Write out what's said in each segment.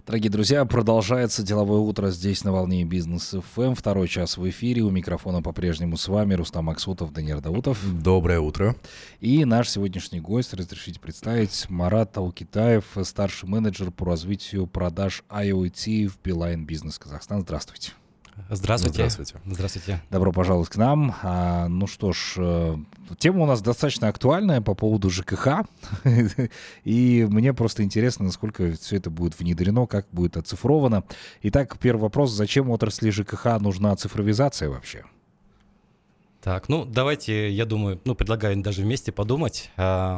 Дорогие друзья, продолжается деловое утро здесь на волне Бизнес ФМ. Второй час в эфире. У микрофона по-прежнему с вами Рустам Максутов, Даниил Даутов. Доброе утро. И наш сегодняшний гость, разрешите представить, Марат Таукитаев, старший менеджер по развитию продаж IoT в Билайн Бизнес Казахстан. Здравствуйте. Здравствуйте. Здравствуйте. Здравствуйте. Добро пожаловать к нам. Ну что ж, тема у нас достаточно актуальная по поводу ЖКХ. И мне просто интересно, насколько все это будет внедрено, как будет оцифровано. Итак, первый вопрос. Зачем отрасли ЖКХ нужна цифровизация вообще? Так, давайте, я думаю, предлагаю даже вместе подумать.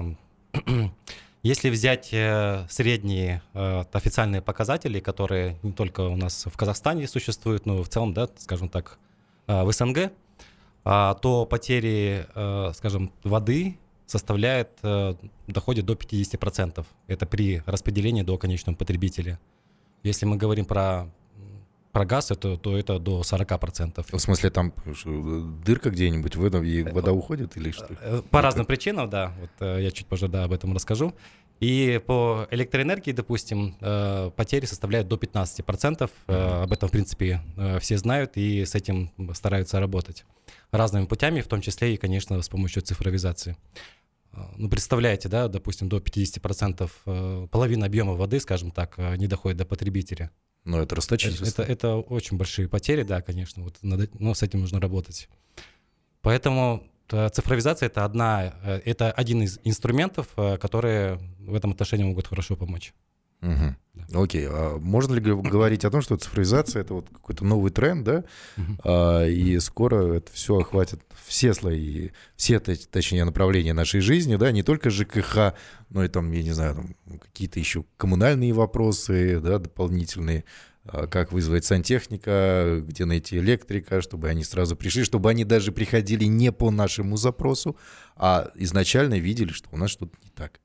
Если взять средние официальные показатели, которые не только у нас в Казахстане существуют, но в целом, да, скажем так, в СНГ, то потери, скажем, воды доходят до 50%. Это при распределении до конечного потребителя. Если мы говорим про газ, то это до 40%. В смысле, там дырка где-нибудь, и вода уходит или что? По разным причинам, да. Вот я чуть позже об этом расскажу. И по электроэнергии, допустим, потери составляют до 15%. Об этом, в принципе, все знают и с этим стараются работать разными путями, в том числе и, конечно, с помощью цифровизации. Представляете, да, допустим, до 50%, половина объема воды, скажем так, не доходит до потребителя. Но это расточительство. Это очень большие потери, да, конечно, с этим нужно работать. Поэтому цифровизация это один из инструментов, которые в этом отношении могут хорошо помочь. Угу. Да. Окей, а можно ли говорить о том, что цифровизация — это вот какой-то новый тренд, да, и скоро это все охватит все слои, точнее, направления нашей жизни, да, не только ЖКХ, но и там, я не знаю, какие-то еще коммунальные вопросы, да, дополнительные, как вызвать сантехника, где найти электрика, чтобы они сразу пришли, чтобы они даже приходили не по нашему запросу, а изначально видели, что у нас что-то не так.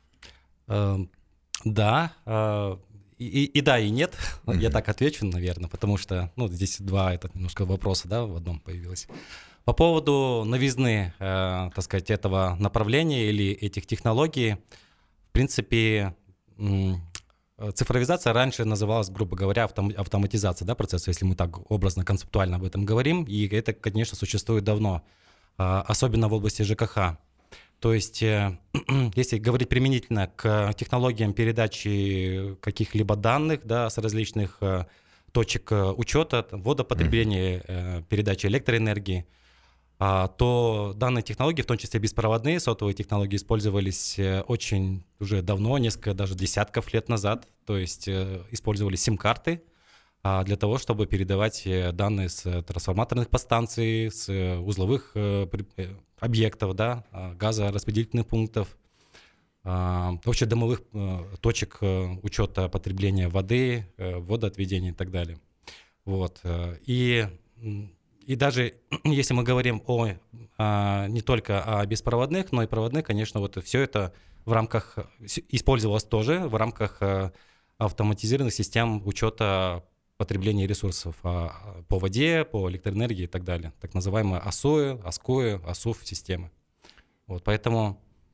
Да, и да, и нет. Я так отвечу, наверное, потому что здесь два немножко вопроса, да, в одном появилось. По поводу новизны, так сказать, этого направления или этих технологий, в принципе, цифровизация раньше называлась, грубо говоря, автоматизация, да, процесса, если мы так образно, концептуально об этом говорим, и это, конечно, существует давно, особенно в области ЖКХ. То есть, если говорить применительно к технологиям передачи каких-либо данных, да, с различных точек учета, водопотребления, передачи электроэнергии, то данные технологии, в том числе беспроводные сотовые технологии, использовались очень уже давно, несколько даже десятков лет назад. То есть использовались сим-карты для того, чтобы передавать данные с трансформаторных подстанций, с узловых объектов, да, газораспределительных пунктов, общедомовых точек учета потребления воды, водоотведения и так далее. Вот. И даже если мы говорим не только о беспроводных, но и проводных, конечно, все это использовалось тоже в рамках автоматизированных систем учета потребления ресурсов по воде, по электроэнергии и так далее. Так называемые АСУ, АСУФ системы. Вот, поэтому...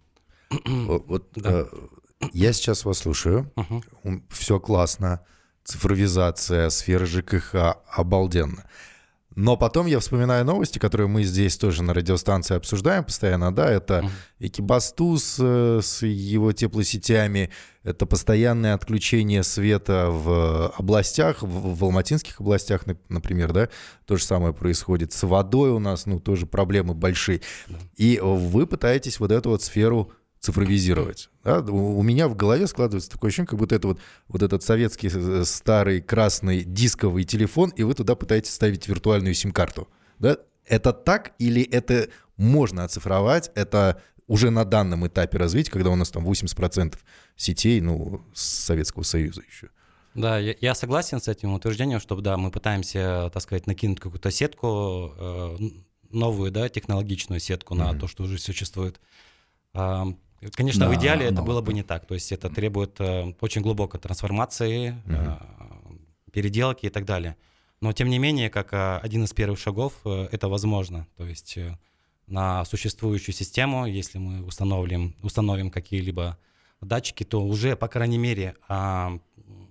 Да. Я сейчас вас слушаю. Все классно. Цифровизация, сфера ЖКХ, обалденно. Но потом я вспоминаю новости, которые мы здесь тоже на радиостанции обсуждаем постоянно, да, это Экибастуз с его теплосетями, это постоянное отключение света в областях, в алматинских областях, например, да, то же самое происходит с водой у нас, тоже проблемы большие. И вы пытаетесь вот эту вот сферу цифровизировать. Да? У меня в голове складывается такое ощущение, как будто это вот этот советский старый красный дисковый телефон, и вы туда пытаетесь ставить виртуальную сим-карту. Да? Это так или это можно оцифровать? Это уже на данном этапе развития, когда у нас там 80% сетей, с Советского Союза еще. Да, я согласен с этим утверждением, что да, мы пытаемся, так сказать, накинуть какую-то сетку, новую, да, технологичную сетку на то, что уже существует. Конечно, в идеале это было бы не так. То есть это требует очень глубокой трансформации, переделки и так далее. Но тем не менее, как один из первых шагов, это возможно. То есть на существующую систему, если мы установим какие-либо датчики, то уже, по крайней мере,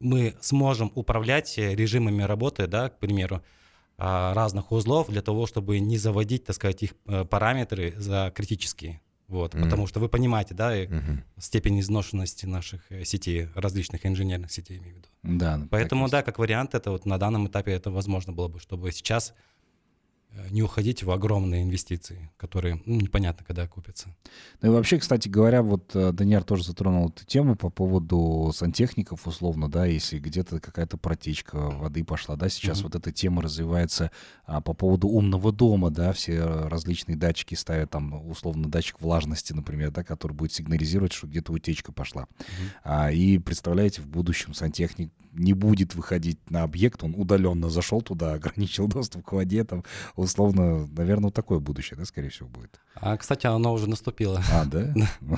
мы сможем управлять режимами работы, да, к примеру, разных узлов для того, чтобы не заводить, так сказать, их параметры за критические. Вот, потому что вы понимаете, да, степень изношенности наших сетей, различных инженерных сетей, имею в виду. Да, поэтому, да, как вариант, это вот на данном этапе это возможно было бы, чтобы сейчас не уходить в огромные инвестиции, которые непонятно, когда окупятся. Ну и вообще, кстати говоря, вот Данияр тоже затронул эту тему по поводу сантехников, условно, да, если где-то какая-то протечка воды пошла, да, сейчас вот эта тема развивается по поводу умного дома, да, все различные датчики ставят, там, условно, датчик влажности, например, да, который будет сигнализировать, что где-то утечка пошла. И представляете, в будущем сантехник не будет выходить на объект, он удаленно зашел туда, ограничил доступ к воде, там, условно, наверное, вот такое будущее, да, скорее всего, будет. Кстати, оно уже наступило. Да?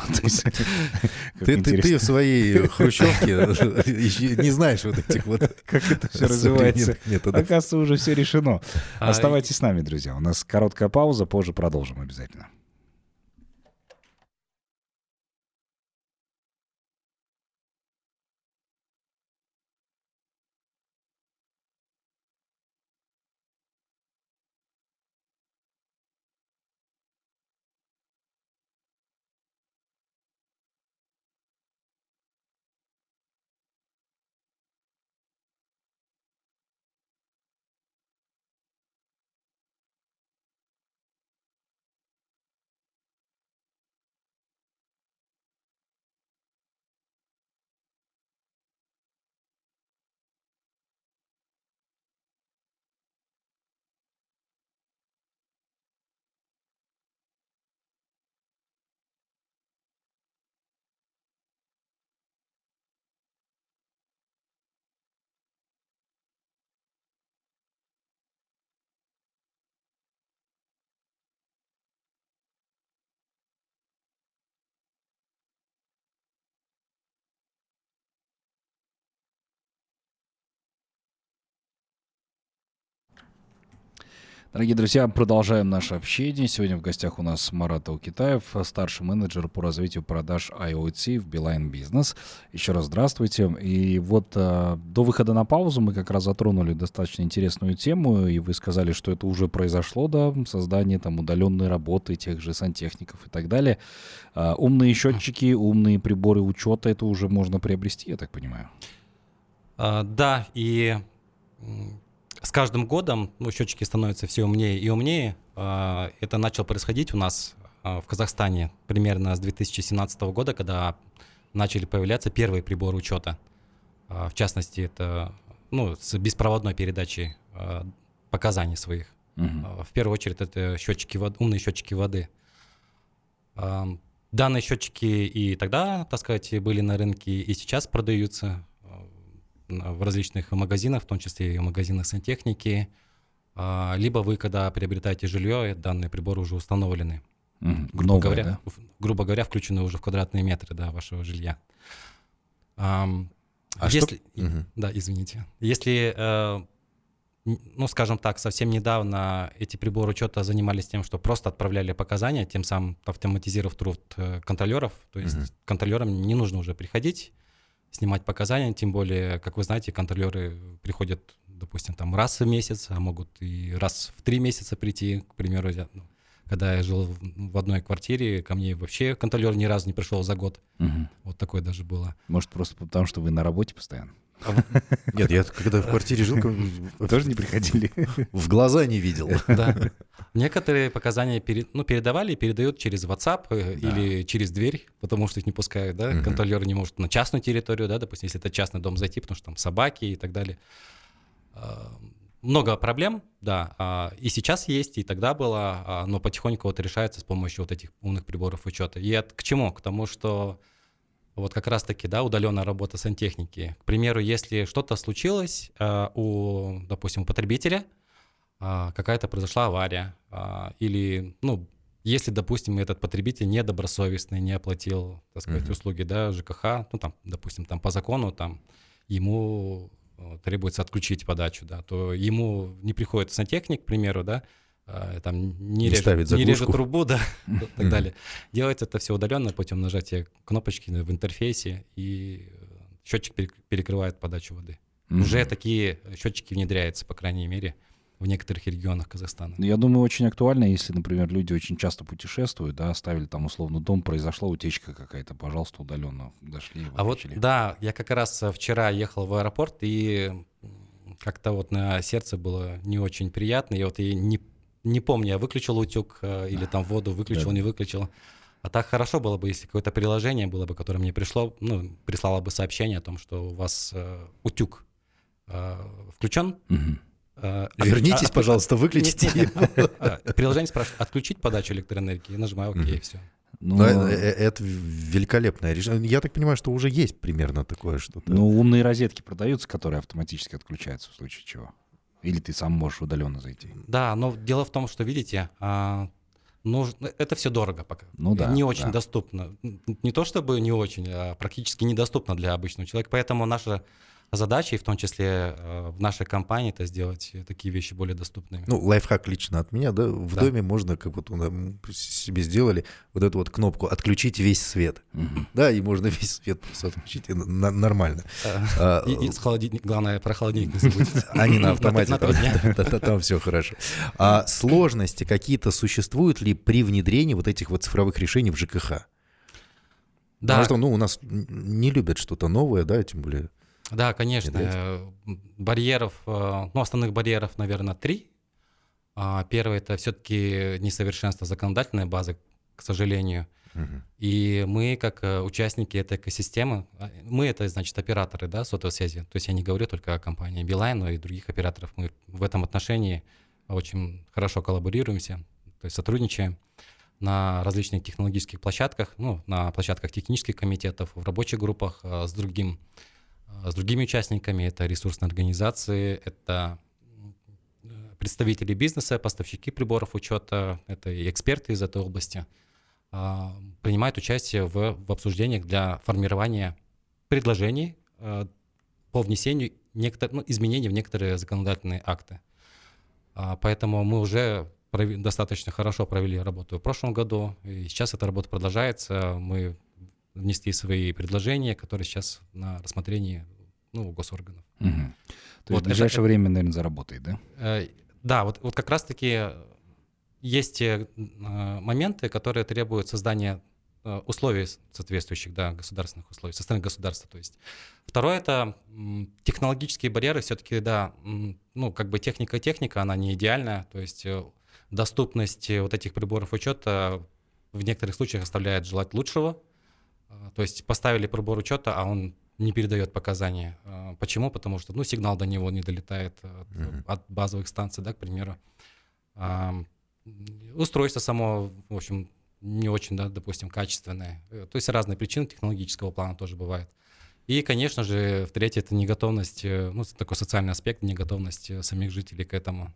Ты в своей хрущевке не знаешь вот этих вот... Как это все развивается. Оказывается, уже все решено. Оставайтесь с нами, друзья. У нас короткая пауза, позже продолжим обязательно. Дорогие друзья, продолжаем наше общение. Сегодня в гостях у нас Марат Аукитаев, старший менеджер по развитию продаж IoT в Beeline Business. Еще раз здравствуйте. И вот до выхода на паузу мы как раз затронули достаточно интересную тему, и вы сказали, что это уже произошло, да, создание там удаленной работы тех же сантехников и так далее. Умные счетчики, умные приборы учета, это уже можно приобрести, я так понимаю? Да, и... С каждым годом счетчики становятся все умнее и умнее. Это начало происходить у нас в Казахстане примерно с 2017 года, когда начали появляться первые приборы учета. В частности, это с беспроводной передачей показаний своих. В первую очередь это умные счетчики воды. Данные счетчики и тогда, так сказать, были на рынке, и сейчас продаются в различных магазинах, в том числе и в магазинах сантехники. Либо вы, когда приобретаете жилье, данные приборы уже установлены. Грубо говоря, включены уже в квадратные метры, да, вашего жилья. Да, извините. Если, скажем так, совсем недавно эти приборы учета занимались тем, что просто отправляли показания, тем самым автоматизировав труд контролеров, то есть контролерам не нужно уже приходить, снимать показания, тем более, как вы знаете, контролеры приходят, допустим, там раз в месяц, а могут и раз в 3 месяца прийти. К примеру, когда я жил в одной квартире, ко мне вообще контролер ни разу не пришел за год. Вот такое даже было. Может, просто потому, что вы на работе постоянно? Нет, я когда в квартире жил, тоже не приходили. В глаза не видел. Да. Некоторые показания передавали и передают через WhatsApp или через дверь, потому что их не пускают, да. Контролер не может на частную территорию, да, допустим, если это частный дом зайти, потому что там собаки и так далее. Много проблем, да, и сейчас есть, и тогда было, но потихоньку вот решается с помощью вот этих умных приборов учета. И это к чему? К тому, что вот как раз-таки, да, удаленная работа сантехники. К примеру, если что-то случилось допустим, у потребителя, какая-то произошла авария, или, если, допустим, этот потребитель недобросовестный, не оплатил, так сказать, услуги, да, ЖКХ, допустим, по закону, ему требуется отключить подачу, да, то ему не приходит сантехник, к примеру, да, не режет трубу, да, и так далее. Делается это все удаленно путем нажатия кнопочки в интерфейсе, и счетчик перекрывает подачу воды. Уже такие счетчики внедряются, по крайней мере, в некоторых регионах Казахстана. Я думаю, очень актуально, если, например, люди очень часто путешествуют, да, оставили там условно дом, произошла утечка какая-то, пожалуйста, удаленно дошли. Выключили. Да, я как раз вчера ехал в аэропорт, и как-то вот на сердце было не очень приятно. Я вот и не помню, я выключил утюг или там воду выключил, не выключил. А так хорошо было бы, если какое-то приложение было бы, которое мне пришло, прислало бы сообщение о том, что у вас утюг включен. Вернитесь, пожалуйста, выключите его. Приложение спрашивает, отключить подачу электроэнергии. Я нажимаю ОК, и все. Это великолепное решение. Я так понимаю, что уже есть примерно такое что-то. Умные розетки продаются, которые автоматически отключаются в случае чего. Или ты сам можешь удаленно зайти. Да, но дело в том, что, видите, это все дорого пока. Не очень доступно. Не то чтобы не очень, а практически недоступно для обычного человека. Поэтому наша задача, и в том числе в нашей компании, это сделать такие вещи более доступными. Лайфхак лично от меня, да? В доме можно, как вот себе сделали, вот эту вот кнопку «Отключить весь свет». Да, и можно весь свет просто отключить, и нормально. И главное, про холодильник не забудь. Они на автомате, там все хорошо. А сложности какие-то существуют ли при внедрении вот этих вот цифровых решений в ЖКХ? Да. Потому что, у нас не любят что-то новое, да, тем более... Да, конечно. Барьеров, основных барьеров, наверное, 3. Первый — это все-таки несовершенство законодательной базы, к сожалению. И мы, как участники этой экосистемы, мы — это, значит, операторы, да, сотовой связи. То есть я не говорю только о компании Билайн, но и других операторов. Мы в этом отношении очень хорошо коллаборируемся, то есть сотрудничаем на различных технологических площадках, на площадках технических комитетов, в рабочих группах с другими участниками. Это ресурсные организации, это представители бизнеса, поставщики приборов учета, это и эксперты из этой области, принимают участие в обсуждениях для формирования предложений по внесению изменений в некоторые законодательные акты. Поэтому мы уже достаточно хорошо провели работу в прошлом году, и сейчас эта работа продолжается. Мы внесли свои предложения, которые сейчас на рассмотрении у госорганов. То есть в ближайшее время, наверное, заработает, да? Да, вот как раз-таки есть моменты, которые требуют создания условий соответствующих, да, государственных условий, со стороны государства. То есть. Второе — это технологические барьеры. Все-таки, да, техника, она не идеальная. То есть доступность вот этих приборов учета в некоторых случаях оставляет желать лучшего. То есть поставили прибор учета, а он не передает показания. Почему? Потому что сигнал до него не долетает от базовых станций, да, к примеру. Устройство само, в общем, не очень, да, допустим, качественное. То есть разные причины технологического плана тоже бывают. И, конечно же, в-третьих, это неготовность, такой социальный аспект, неготовность самих жителей к этому.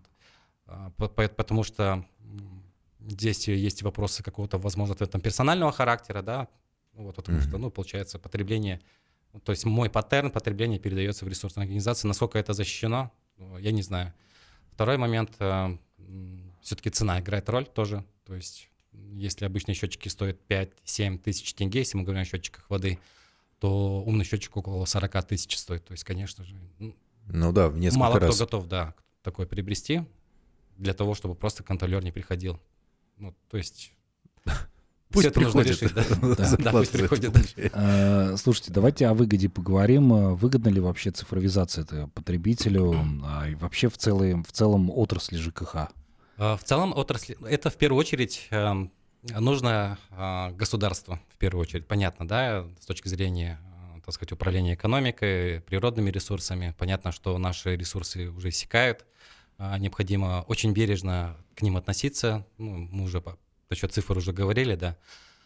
Потому что здесь есть вопросы какого-то, возможно, персонального характера, да, потому что, получается, потребление, то есть мой паттерн потребления передается в ресурсную организацию. Насколько это защищено, я не знаю. Второй момент, все-таки цена играет роль тоже. То есть если обычные счетчики стоят 5-7 тысяч тенге, если мы говорим о счетчиках воды, то умный счетчик около 40 тысяч стоит. То есть, конечно же, в несколько мало раз. Кто готов, да, такое приобрести для того, чтобы просто контролер не приходил. То есть... Пусть приходит. Пусть приходит. Слушайте, давайте о выгоде поговорим. Выгодна ли вообще цифровизация потребителю и вообще в целом отрасли ЖКХ? В целом отрасли, это в первую очередь нужно государство, в первую очередь, понятно, да, с точки зрения, так сказать, управления экономикой, природными ресурсами. Понятно, что наши ресурсы уже иссякают, необходимо очень бережно к ним относиться. Мы уже насчет цифр уже говорили, да.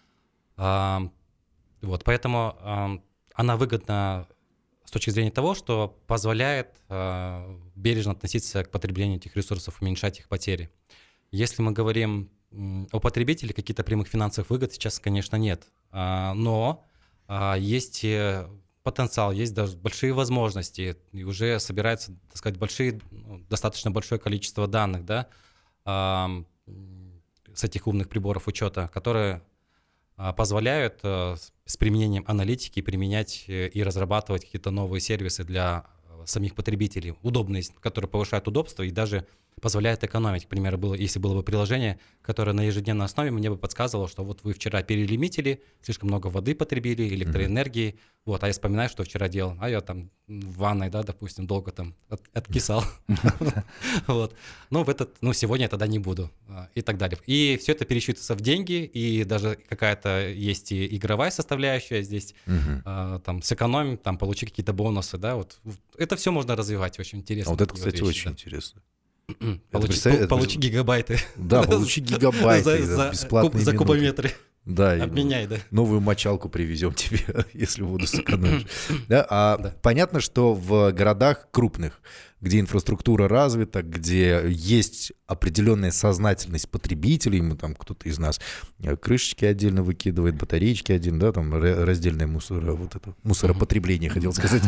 Поэтому она выгодна с точки зрения того, что позволяет бережно относиться к потреблению этих ресурсов, уменьшать их потери. Если мы говорим о потребителе, каких-то прямых финансовых выгод сейчас, конечно, нет. Но есть потенциал, есть даже большие возможности, и уже собирается, так сказать, достаточно большое количество данных, да, с этих умных приборов учета, которые позволяют с применением аналитики применять и разрабатывать какие-то новые сервисы для самих потребителей, удобные, которые повышают удобство и даже позволяют экономить. К примеру, если было бы приложение, которое на ежедневной основе мне бы подсказывало, что вот вы вчера перелимитили, слишком много воды потребили, электроэнергии, вот, а я вспоминаю, что вчера делал, а я там в ванной, да, допустим, долго там откисал, вот, сегодня я тогда не буду, и так далее. И все это пересчитывается в деньги, и даже какая-то есть и игровая составляющая здесь, там, сэкономим, там, получи какие-то бонусы, да, вот, это все можно развивать, очень интересно. А вот это, кстати, очень интересно. Получи гигабайты. Да, получи гигабайты за бесплатные за кубометры. Да, обменяй, да. Новую мочалку привезем тебе, если воду сэкономишь. Да, понятно, что в городах крупных, где инфраструктура развита, где есть определенная сознательность потребителей, там кто-то из нас крышечки отдельно выкидывает, батареечки отдельно, да, там раздельное мусоропотребление, хотел сказать,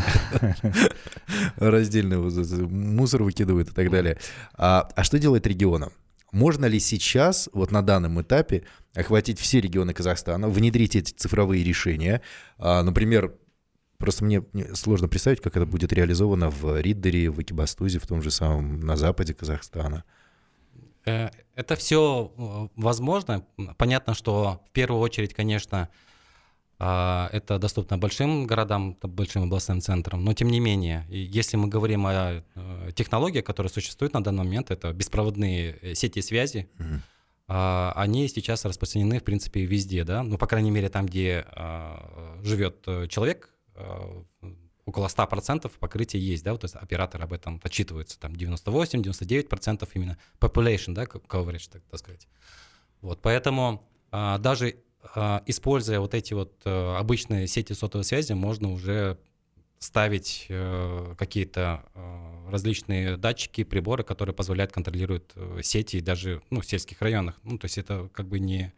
раздельный мусор выкидывает и так далее. А что делает регионом? Можно ли сейчас, вот на данном этапе, охватить все регионы Казахстана, внедрить эти цифровые решения? Например, просто мне сложно представить, как это будет реализовано в Риддере, в Экибастузе, в том же самом на западе Казахстана. Это все возможно. Понятно, что в первую очередь, конечно, это доступно большим городам, большим областным центрам, но тем не менее, если мы говорим о технологиях, которые существуют на данный момент, это беспроводные сети связи, они сейчас распространены, в принципе, везде, да, ну, по крайней мере, там, где живет человек, около 100% покрытия есть, да, вот операторы об этом отчитываются, там 98-99% именно population, да, coverage, так сказать. Вот, поэтому даже используя вот эти вот обычные сети сотовой связи, можно уже ставить какие-то различные датчики, приборы, которые позволяют контролировать сети даже в сельских районах. Ну, то есть это как бы не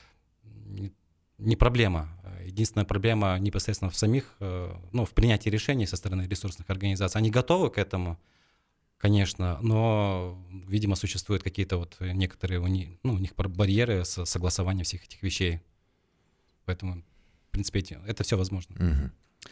проблема. Единственная проблема непосредственно в самих, в принятии решений со стороны ресурсных организаций. Они готовы к этому, конечно, но, видимо, существуют какие-то вот некоторые у них барьеры согласования всех этих вещей. Поэтому, в принципе, это все возможно.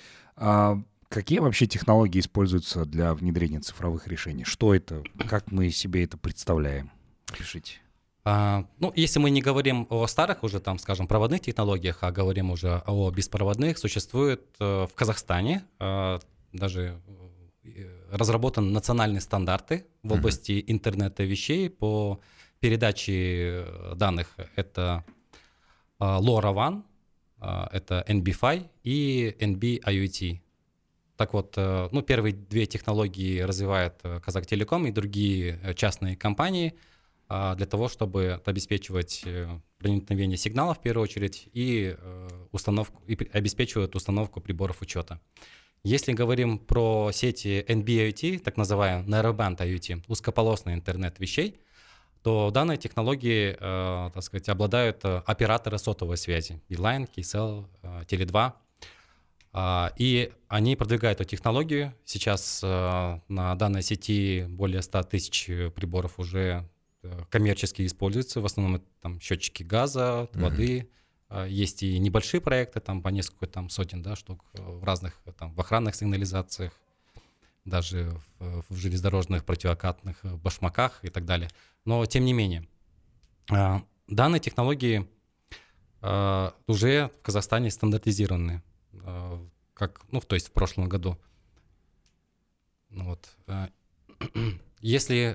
Какие вообще технологии используются для внедрения цифровых решений? Что это? Как мы себе это представляем? Пишите. Если мы не говорим о старых уже, там, скажем, проводных технологиях, а говорим уже о беспроводных, существует в Казахстане даже разработаны национальные стандарты в области интернета вещей по передаче данных. Это LoRaWAN, это NB-Fi и NB-IoT. Так вот, первые две технологии развивают Казахтелеком и другие частные компании для того, чтобы обеспечивать проникновение сигнала в первую очередь и обеспечивают установку приборов учета. Если говорим про сети NB-IoT, так называемый Narrowband IoT, узкополосный интернет вещей, то данные технологии, так сказать, обладают операторы сотовой связи, Beeline, Kcell, Tele2, и они продвигают эту технологию. Сейчас на данной сети более 100 тысяч приборов уже коммерчески используются, в основном это там счетчики газа, воды. Есть и небольшие проекты, там по несколько сотен штук в разных в охранных сигнализациях, даже в железнодорожных противокатных башмаках и так далее. Но тем не менее, данные технологии уже в Казахстане стандартизированы, то есть в прошлом году. Если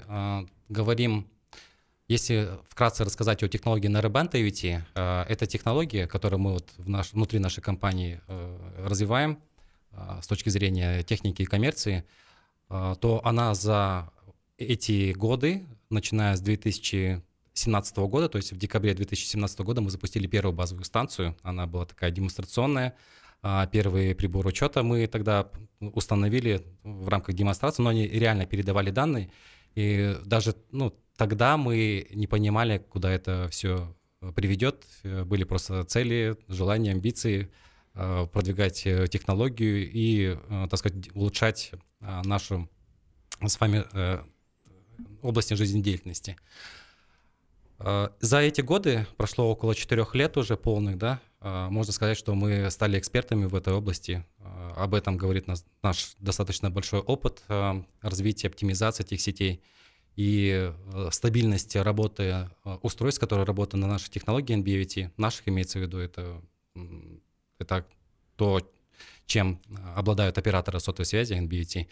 вкратце рассказать о технологии Narrowband IoT, это технология, которую мы внутри нашей компании развиваем с точки зрения техники и коммерции, то она за эти годы, начиная с 2017 года, то есть в декабре 2017 года мы запустили первую базовую станцию, она была такая демонстрационная, первый прибор учета мы тогда установили в рамках демонстрации, но они реально передавали данные, и даже тогда мы не понимали, куда это все приведет, были просто цели, желания, амбиции продвигать технологию и, так сказать, улучшать нашу с вами область жизнедеятельности. За эти годы, прошло около 4 лет уже полных, да, можно сказать, что мы стали экспертами в этой области. Об этом говорит наш достаточно большой опыт развития, оптимизации этих сетей и стабильность работы устройств, которые работают на нашей технологии NB-IoT, наших имеется в виду, это то, чем обладают операторы сотовой связи NB-IoT,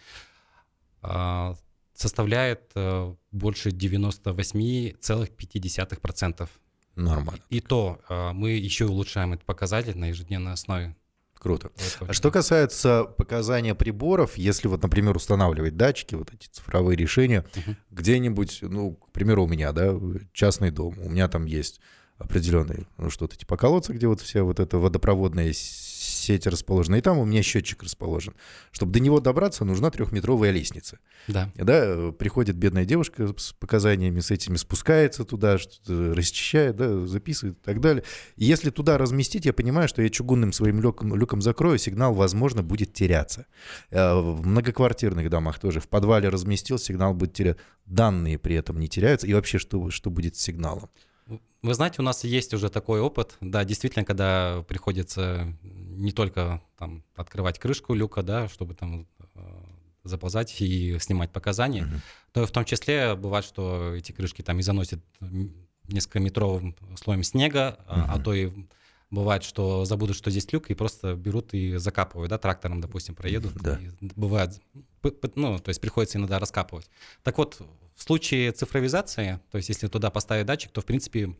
составляет больше 98,5%. Нормально. И то мы еще улучшаем этот показатель на ежедневной основе. Круто. А что касается показания приборов, если вот, например, устанавливать датчики, вот эти цифровые решения, где-нибудь, ну, к примеру, у меня, да, частный дом, у меня там есть определенные, ну, что-то типа колодца, где вот вся вот эта водопроводная сеть расположена, и там у меня счетчик расположен. Чтобы до него добраться, нужна 3-метровая лестница. Да. Да, приходит бедная девушка с показаниями, с этими спускается туда, что-то расчищает, да, записывает и так далее. И если туда разместить, я понимаю, что я чугунным своим люком закрою, сигнал, возможно, будет теряться. В многоквартирных домах тоже. В подвале разместил, сигнал будет теряться. Данные при этом не теряются. И вообще, что будет с сигналом? Вы знаете, у нас есть уже такой опыт, да, действительно, когда приходится не только там открывать крышку люка, да, чтобы там заползать и снимать показания, но и в том числе бывает, что эти крышки там и заносят несколькометровым слоем снега, а то и бывает, что забудут, что здесь люк, и просто берут и закапывают, да, трактором, допустим, проедут. Да. И бывает, ну, то есть приходится иногда раскапывать. Так вот, в случае цифровизации, то есть если туда поставить датчик, то, в принципе,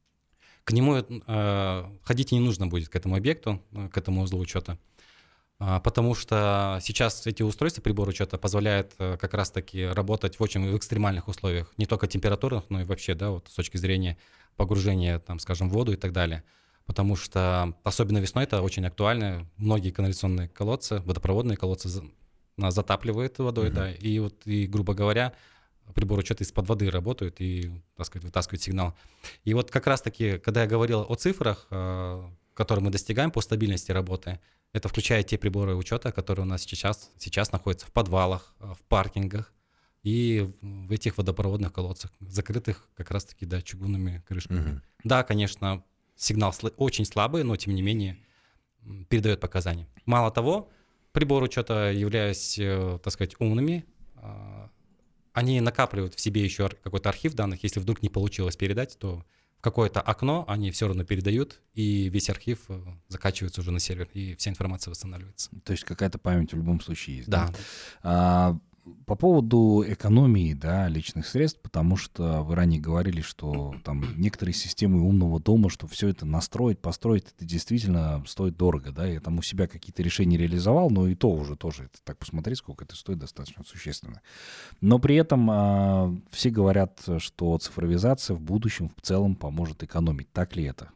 к нему ходить и не нужно будет, к этому объекту, к этому узлу учета, потому что сейчас эти устройства, прибор учета, позволяют как раз-таки работать в очень экстремальных условиях, не только температурных, но и вообще, да, вот с точки зрения погружения, там, скажем, в воду и так далее. Потому что, особенно весной, это очень актуально. Многие канализационные колодцы, водопроводные колодцы затапливают водой, да, и, грубо говоря, прибор учета из-под воды работают и, так сказать, вытаскивают сигнал. И вот как раз-таки, когда я говорил о цифрах, которые мы достигаем по стабильности работы, это включает те приборы учета, которые у нас сейчас находятся в подвалах, в паркингах и в этих водопроводных колодцах, закрытых как раз-таки, да, чугунными крышками. Да, конечно, сигнал очень слабый, но тем не менее передает показания. Мало того, приборы учета, являясь, так сказать, умными, они накапливают в себе еще какой-то архив данных. Если вдруг не получилось передать, то в какое-то окно они все равно передают, и весь архив закачивается уже на сервер, и вся информация восстанавливается. То есть какая-то память в любом случае есть. Да. По поводу экономии, да, личных средств, потому что вы ранее говорили, что там некоторые системы умного дома, чтобы все это настроить, построить, это действительно стоит дорого, да, я там у себя какие-то решения реализовал, но и то уже тоже, это, так посмотри, сколько это стоит, достаточно существенно. Но при этом все говорят, что цифровизация в будущем в целом поможет экономить. Так ли это?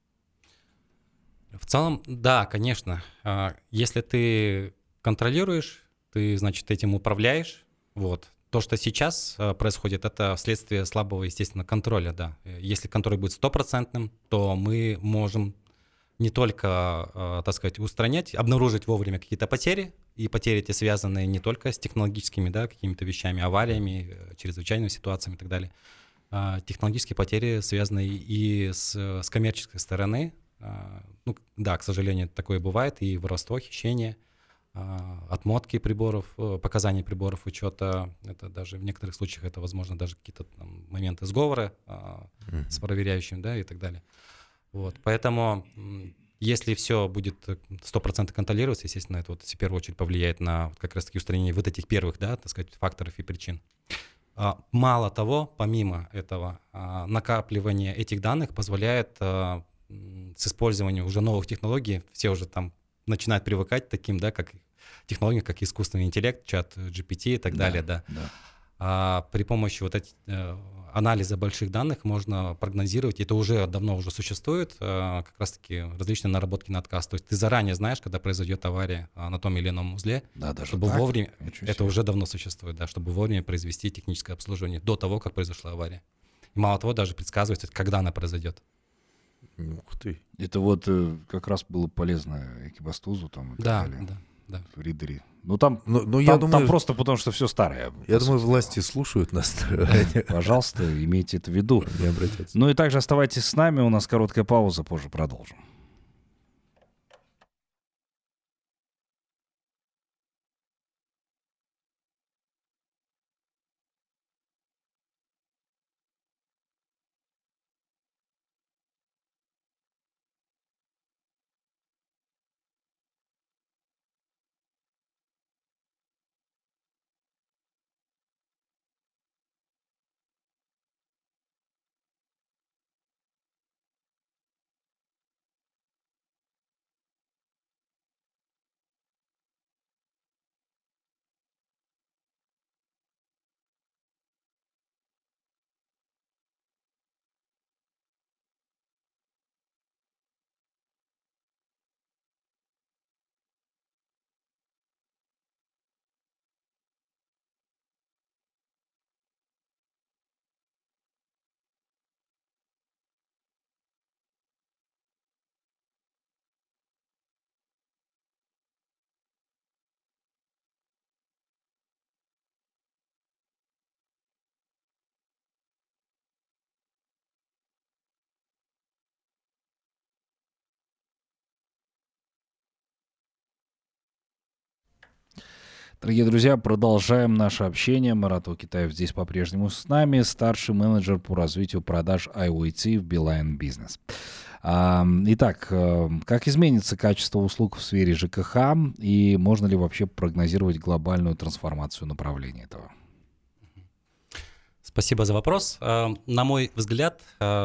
В целом, да, конечно. Если ты контролируешь, ты, значит, этим управляешь. Вот. То, что сейчас происходит, это вследствие слабого, естественно, контроля. Да. Если контроль будет стопроцентным, то мы можем не только, так сказать, устранять, обнаружить вовремя какие-то потери, и потери эти связаны не только с технологическими, да, какими-то вещами, авариями, чрезвычайными ситуациями и так далее. Технологические потери связаны и с коммерческой стороны. Ну, да, к сожалению, такое бывает, и воровство, хищение, отмотки приборов, показания приборов учета, это даже в некоторых случаях это, возможно, даже какие-то там моменты сговора с проверяющим, да, и так далее. Вот, поэтому, если все будет 100% контролироваться, естественно, это вот в первую очередь повлияет на как раз-таки устранение вот этих первых, да, так сказать, факторов и причин. Мало того, помимо этого, накапливание этих данных позволяет с использованием уже новых технологий, все уже там начинают привыкать к таким, да, как технологии, как искусственный интеллект, чат GPT и так далее, да. При помощи вот этих анализа больших данных можно прогнозировать, это уже давно уже существует, как раз-таки различные наработки на отказ. То есть ты заранее знаешь, когда произойдет авария на том или ином узле, да, даже чтобы так? вовремя, это уже давно существует, да, чтобы вовремя произвести техническое обслуживание до того, как произошла авария. И мало того, даже предсказывается, когда она произойдет. Ух ты. Это вот как раз было полезно Экибастузу там и так далее. да. В ридере. Ну, там, я думаю, там просто потому, что все старое. Я думаю, власти слушают нас. Пожалуйста, имейте это в виду. Не обратятся. Ну и также оставайтесь с нами, у нас короткая пауза, позже продолжим. Дорогие друзья, продолжаем наше общение. Марат Окитаев здесь по-прежнему с нами, старший менеджер по развитию продаж IoT в Beeline Business. Итак, как изменится качество услуг в сфере ЖКХ и можно ли вообще прогнозировать глобальную трансформацию направления этого? Спасибо за вопрос. На мой взгляд,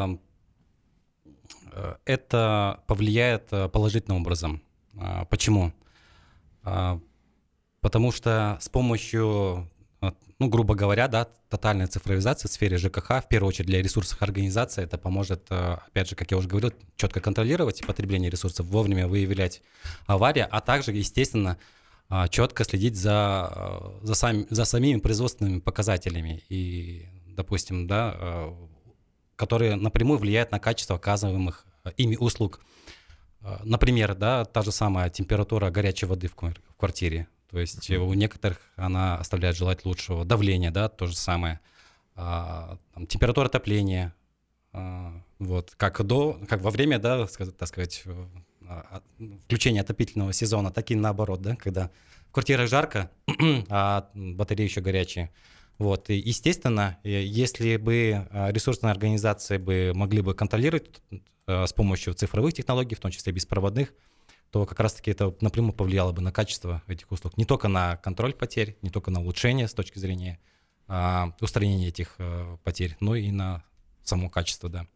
это повлияет положительным образом. Почему? Потому что с помощью, ну, грубо говоря, да, тотальной цифровизации в сфере ЖКХ, в первую очередь для ресурсов организации, это поможет, опять же, как я уже говорил, четко контролировать потребление ресурсов, вовремя выявлять аварии, а также, естественно, четко следить за самими производственными показателями, и, допустим, да, которые напрямую влияют на качество оказываемых ими услуг. Например, да, та же самая температура горячей воды в квартире. То есть у некоторых она оставляет желать лучшего. Давление, да, то же самое. Там, температура отопления. Вот, как во время, да, так сказать, включения отопительного сезона, так и наоборот, да, когда в квартирах жарко, а батареи еще горячие. Вот, и, естественно, если бы ресурсные организации могли бы контролировать с помощью цифровых технологий, в том числе беспроводных, то как раз-таки это напрямую повлияло бы на качество этих услуг. Не только на контроль потерь, не только на улучшение с точки зрения устранения этих потерь, но и на само качество, да.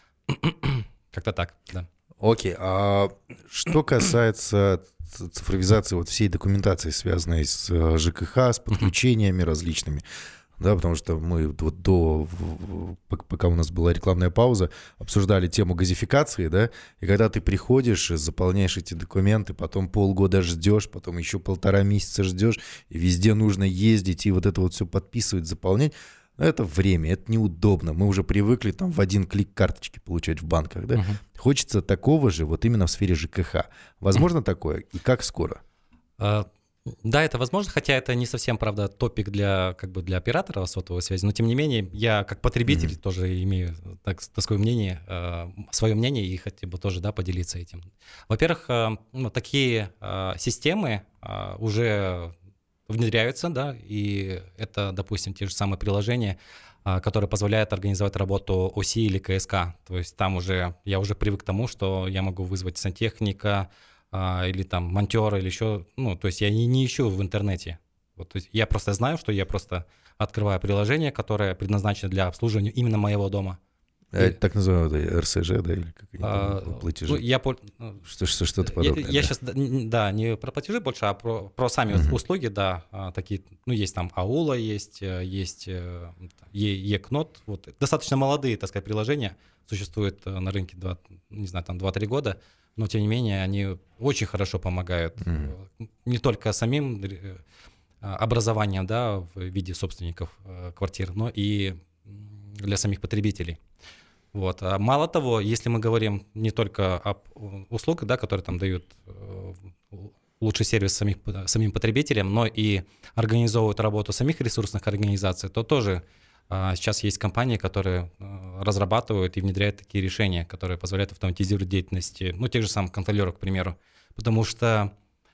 Как-то так, да. Окей, а что касается цифровизации вот всей документации, связанной с ЖКХ, с подключениями различными, да, потому что мы вот пока у нас была рекламная пауза, обсуждали тему газификации, да, и когда ты приходишь, заполняешь эти документы, потом полгода ждешь, потом еще 1,5 месяца ждешь, и везде нужно ездить и вот это вот все подписывать, заполнять, это время, это неудобно. Мы уже привыкли там в один клик карточки получать в банках, да. Хочется такого же вот именно в сфере ЖКХ. Возможно такое? И как скоро? Да, это возможно, хотя это не совсем, правда, топик для оператора сотовой связи, но тем не менее я как потребитель тоже имею свое мнение и хотел бы тоже, да, поделиться этим. Во-первых, такие системы уже внедряются, да, и это, допустим, те же самые приложения, которые позволяют организовать работу ОСИ или КСК. То есть там я уже привык к тому, что я могу вызвать сантехника, или там монтера, или еще, ну, то есть я не ищу в интернете. Вот, то есть я просто знаю, что я просто открываю приложение, которое предназначено для обслуживания именно моего дома. Это так называемые РСЖ, да, или как платежи? Что-то подобное. Я сейчас, да, не про платежи больше, а про сами услуги, да, такие, ну, есть там Аула, есть Екнот, вот, достаточно молодые, так сказать, приложения существуют на рынке, 2-3 года, но, тем не менее, они очень хорошо помогают не только самим образованием, да, в виде собственников квартир, но и для самих потребителей. Вот. А мало того, если мы говорим не только об услугах, да, которые там дают лучший сервис самим потребителям, но и организовывают работу самих ресурсных организаций, то тоже сейчас есть компании, которые разрабатывают и внедряют такие решения, которые позволяют автоматизировать деятельность, тех же самых контролеров, к примеру. Потому что,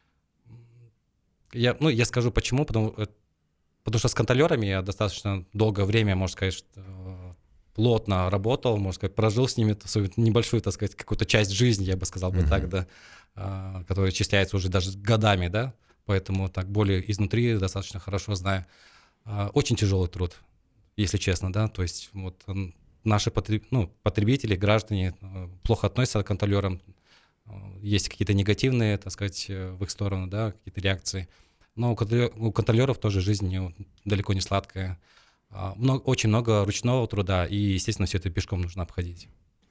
я скажу почему, потому что с контролерами я достаточно долгое время, можно сказать, плотно работал, можно сказать, прожил с ними свою небольшую, так сказать, какую-то часть жизни, я бы сказал бы так, да, которая исчисляется уже даже годами, да, поэтому так более изнутри достаточно хорошо знаю. Очень тяжелый труд, если честно, да, то есть вот наши потребители, граждане плохо относятся к контролерам, есть какие-то негативные, так сказать, в их сторону, да, какие-то реакции, но у контролеров тоже жизнь далеко не сладкая, очень много ручного труда, и, естественно, все это пешком нужно обходить.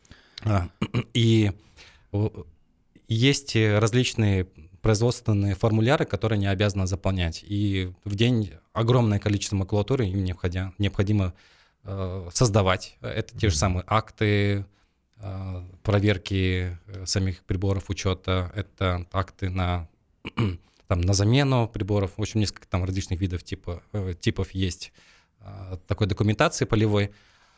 И есть различные производственные формуляры, которые они обязаны заполнять. И в день огромное количество макулатуры им необходимо создавать. Это те же самые акты, проверки самих приборов учета, это акты на замену приборов. В общем, несколько там различных видов типов есть такой документации полевой.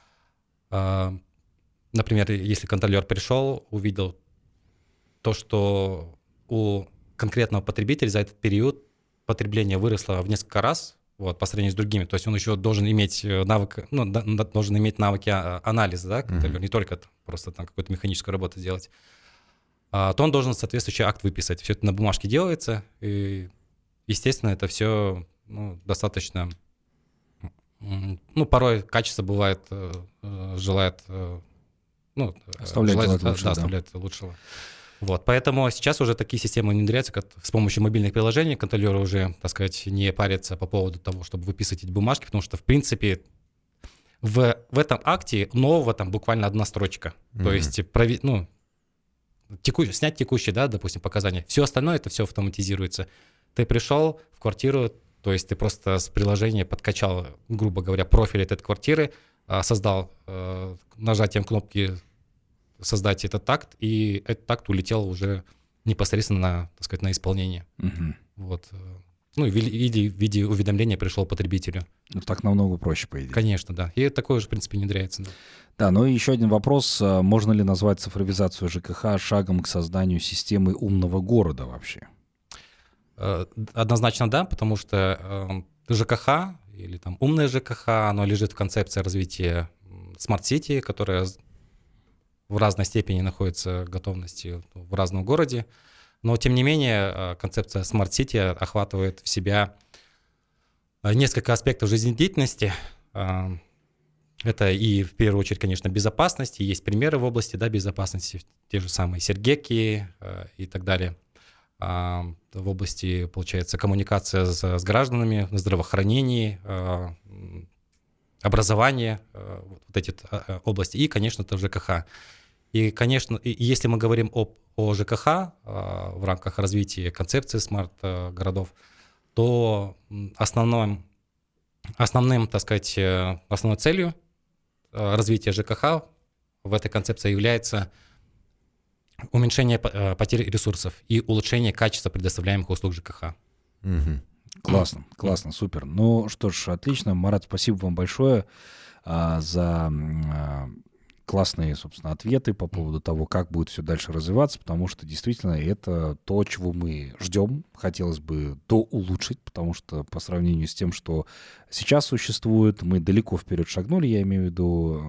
Например, если контролер пришел, увидел то, что у конкретного потребителя за этот период потребление выросло в несколько раз по сравнению с другими, то есть он еще должен иметь навыки анализа, да, контролер, не только просто там какую-то механическую работу делать, то он должен соответствующий акт выписать. Все это на бумажке делается, и, естественно, это все достаточно... порой качество бывает, желает оставляет лучшего. Поэтому сейчас уже такие системы внедряются, как с помощью мобильных приложений. Контролеры уже, так сказать, не парятся по поводу того, чтобы выписывать эти бумажки, потому что, в принципе, в этом акте нового там буквально одна строчка. То есть снять текущие, да, допустим, показания. Все остальное, это все автоматизируется. Ты пришел в квартиру, то есть ты просто с приложения подкачал, грубо говоря, профиль этой квартиры, создал нажатием кнопки «Создать этот акт», и этот акт улетел уже непосредственно на исполнение. В виде уведомления пришел потребителю. Так намного проще, по идее. Конечно, да. И такое же, в принципе, внедряется. Да, и еще один вопрос. Можно ли назвать цифровизацию ЖКХ шагом к созданию системы умного города вообще? Однозначно да, потому что ЖКХ или там умное ЖКХ, оно лежит в концепции развития смарт-сити, которая в разной степени находится готовности в разном городе. Но, тем не менее, концепция смарт-сити охватывает в себя несколько аспектов жизнедеятельности. Это и, в первую очередь, конечно, безопасность. И есть примеры в области безопасности, те же самые сергеки и так далее. В области, получается, коммуникация с гражданами, здравоохранение, образование, эти области. И, конечно, это ЖКХ. И, конечно, если мы говорим о ЖКХ в рамках развития концепции смарт-городов, то основной целью развития ЖКХ в этой концепции является уменьшение потери ресурсов и улучшение качества предоставляемых услуг ЖКХ. Классно, супер. Ну что ж, отлично. Марат, спасибо вам большое за классные, собственно, ответы по поводу того, как будет все дальше развиваться, потому что действительно это то, чего мы ждем. Хотелось бы улучшить, потому что по сравнению с тем, что сейчас существует, мы далеко вперед шагнули, я имею в виду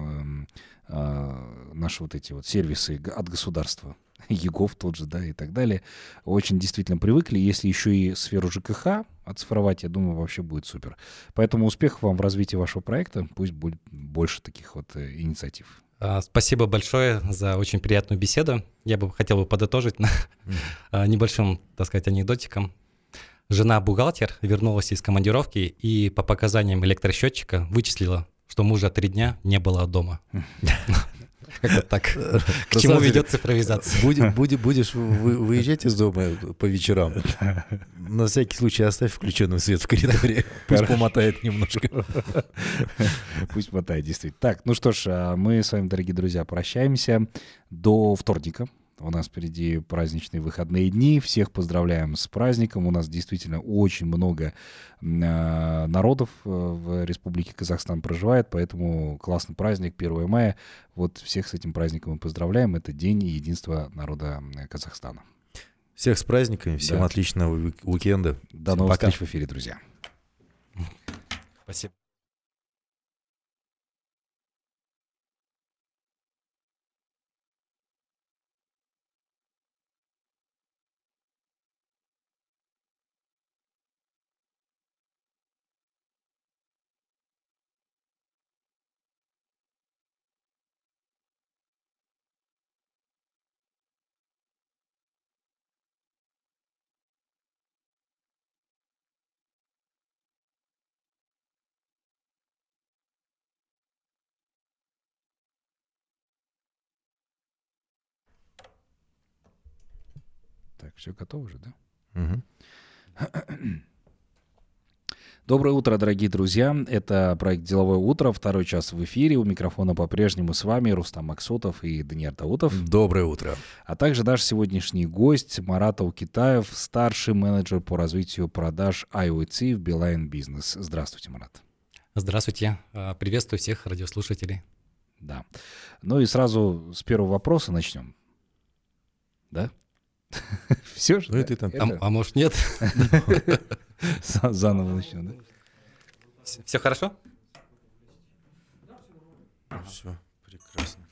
наши эти сервисы от государства, ЕГОВ тот же, да, и так далее, очень действительно привыкли. Если еще и сферу ЖКХ оцифровать, я думаю, вообще будет супер. Поэтому успехов вам в развитии вашего проекта, пусть будет больше таких инициатив. Спасибо большое за очень приятную беседу. Я бы хотел подытожить небольшим, так сказать, анекдотиком. Жена бухгалтер вернулась из командировки и по показаниям электросчетчика вычислила, что мужа 3 дня не было дома. Как-то так. К чему ведет цифровизация? Будешь выезжать из дома по вечерам, на всякий случай оставь включенным свет в коридоре. Пусть помотает немножко. Пусть мотает, действительно. Так, ну что ж, мы с вами, дорогие друзья, прощаемся до вторника. У нас впереди праздничные выходные дни. Всех поздравляем с праздником. У нас действительно очень много народов в Республике Казахстан проживает, поэтому классный праздник 1 мая. Вот всех с этим праздником мы поздравляем. Это День единства народа Казахстана. Всех с праздниками, всем отличного уикенда. До новых встреч в эфире, друзья. Спасибо. Так, все готово уже, да? Угу. Доброе утро, дорогие друзья. Это проект «Деловое утро», 2-й час в эфире. У микрофона по-прежнему с вами Рустам Максутов и Даниил Даутов. Доброе утро. А также наш сегодняшний гость Марат Аукитаев, старший менеджер по развитию продаж IoT в Beeline Business. Здравствуйте, Марат. Здравствуйте. Приветствую всех радиослушателей. Да. Ну и сразу с первого вопроса начнем. Да? Все же? Ну и ты там. А может нет? Заново начнем, да? Все хорошо? Все, прекрасно.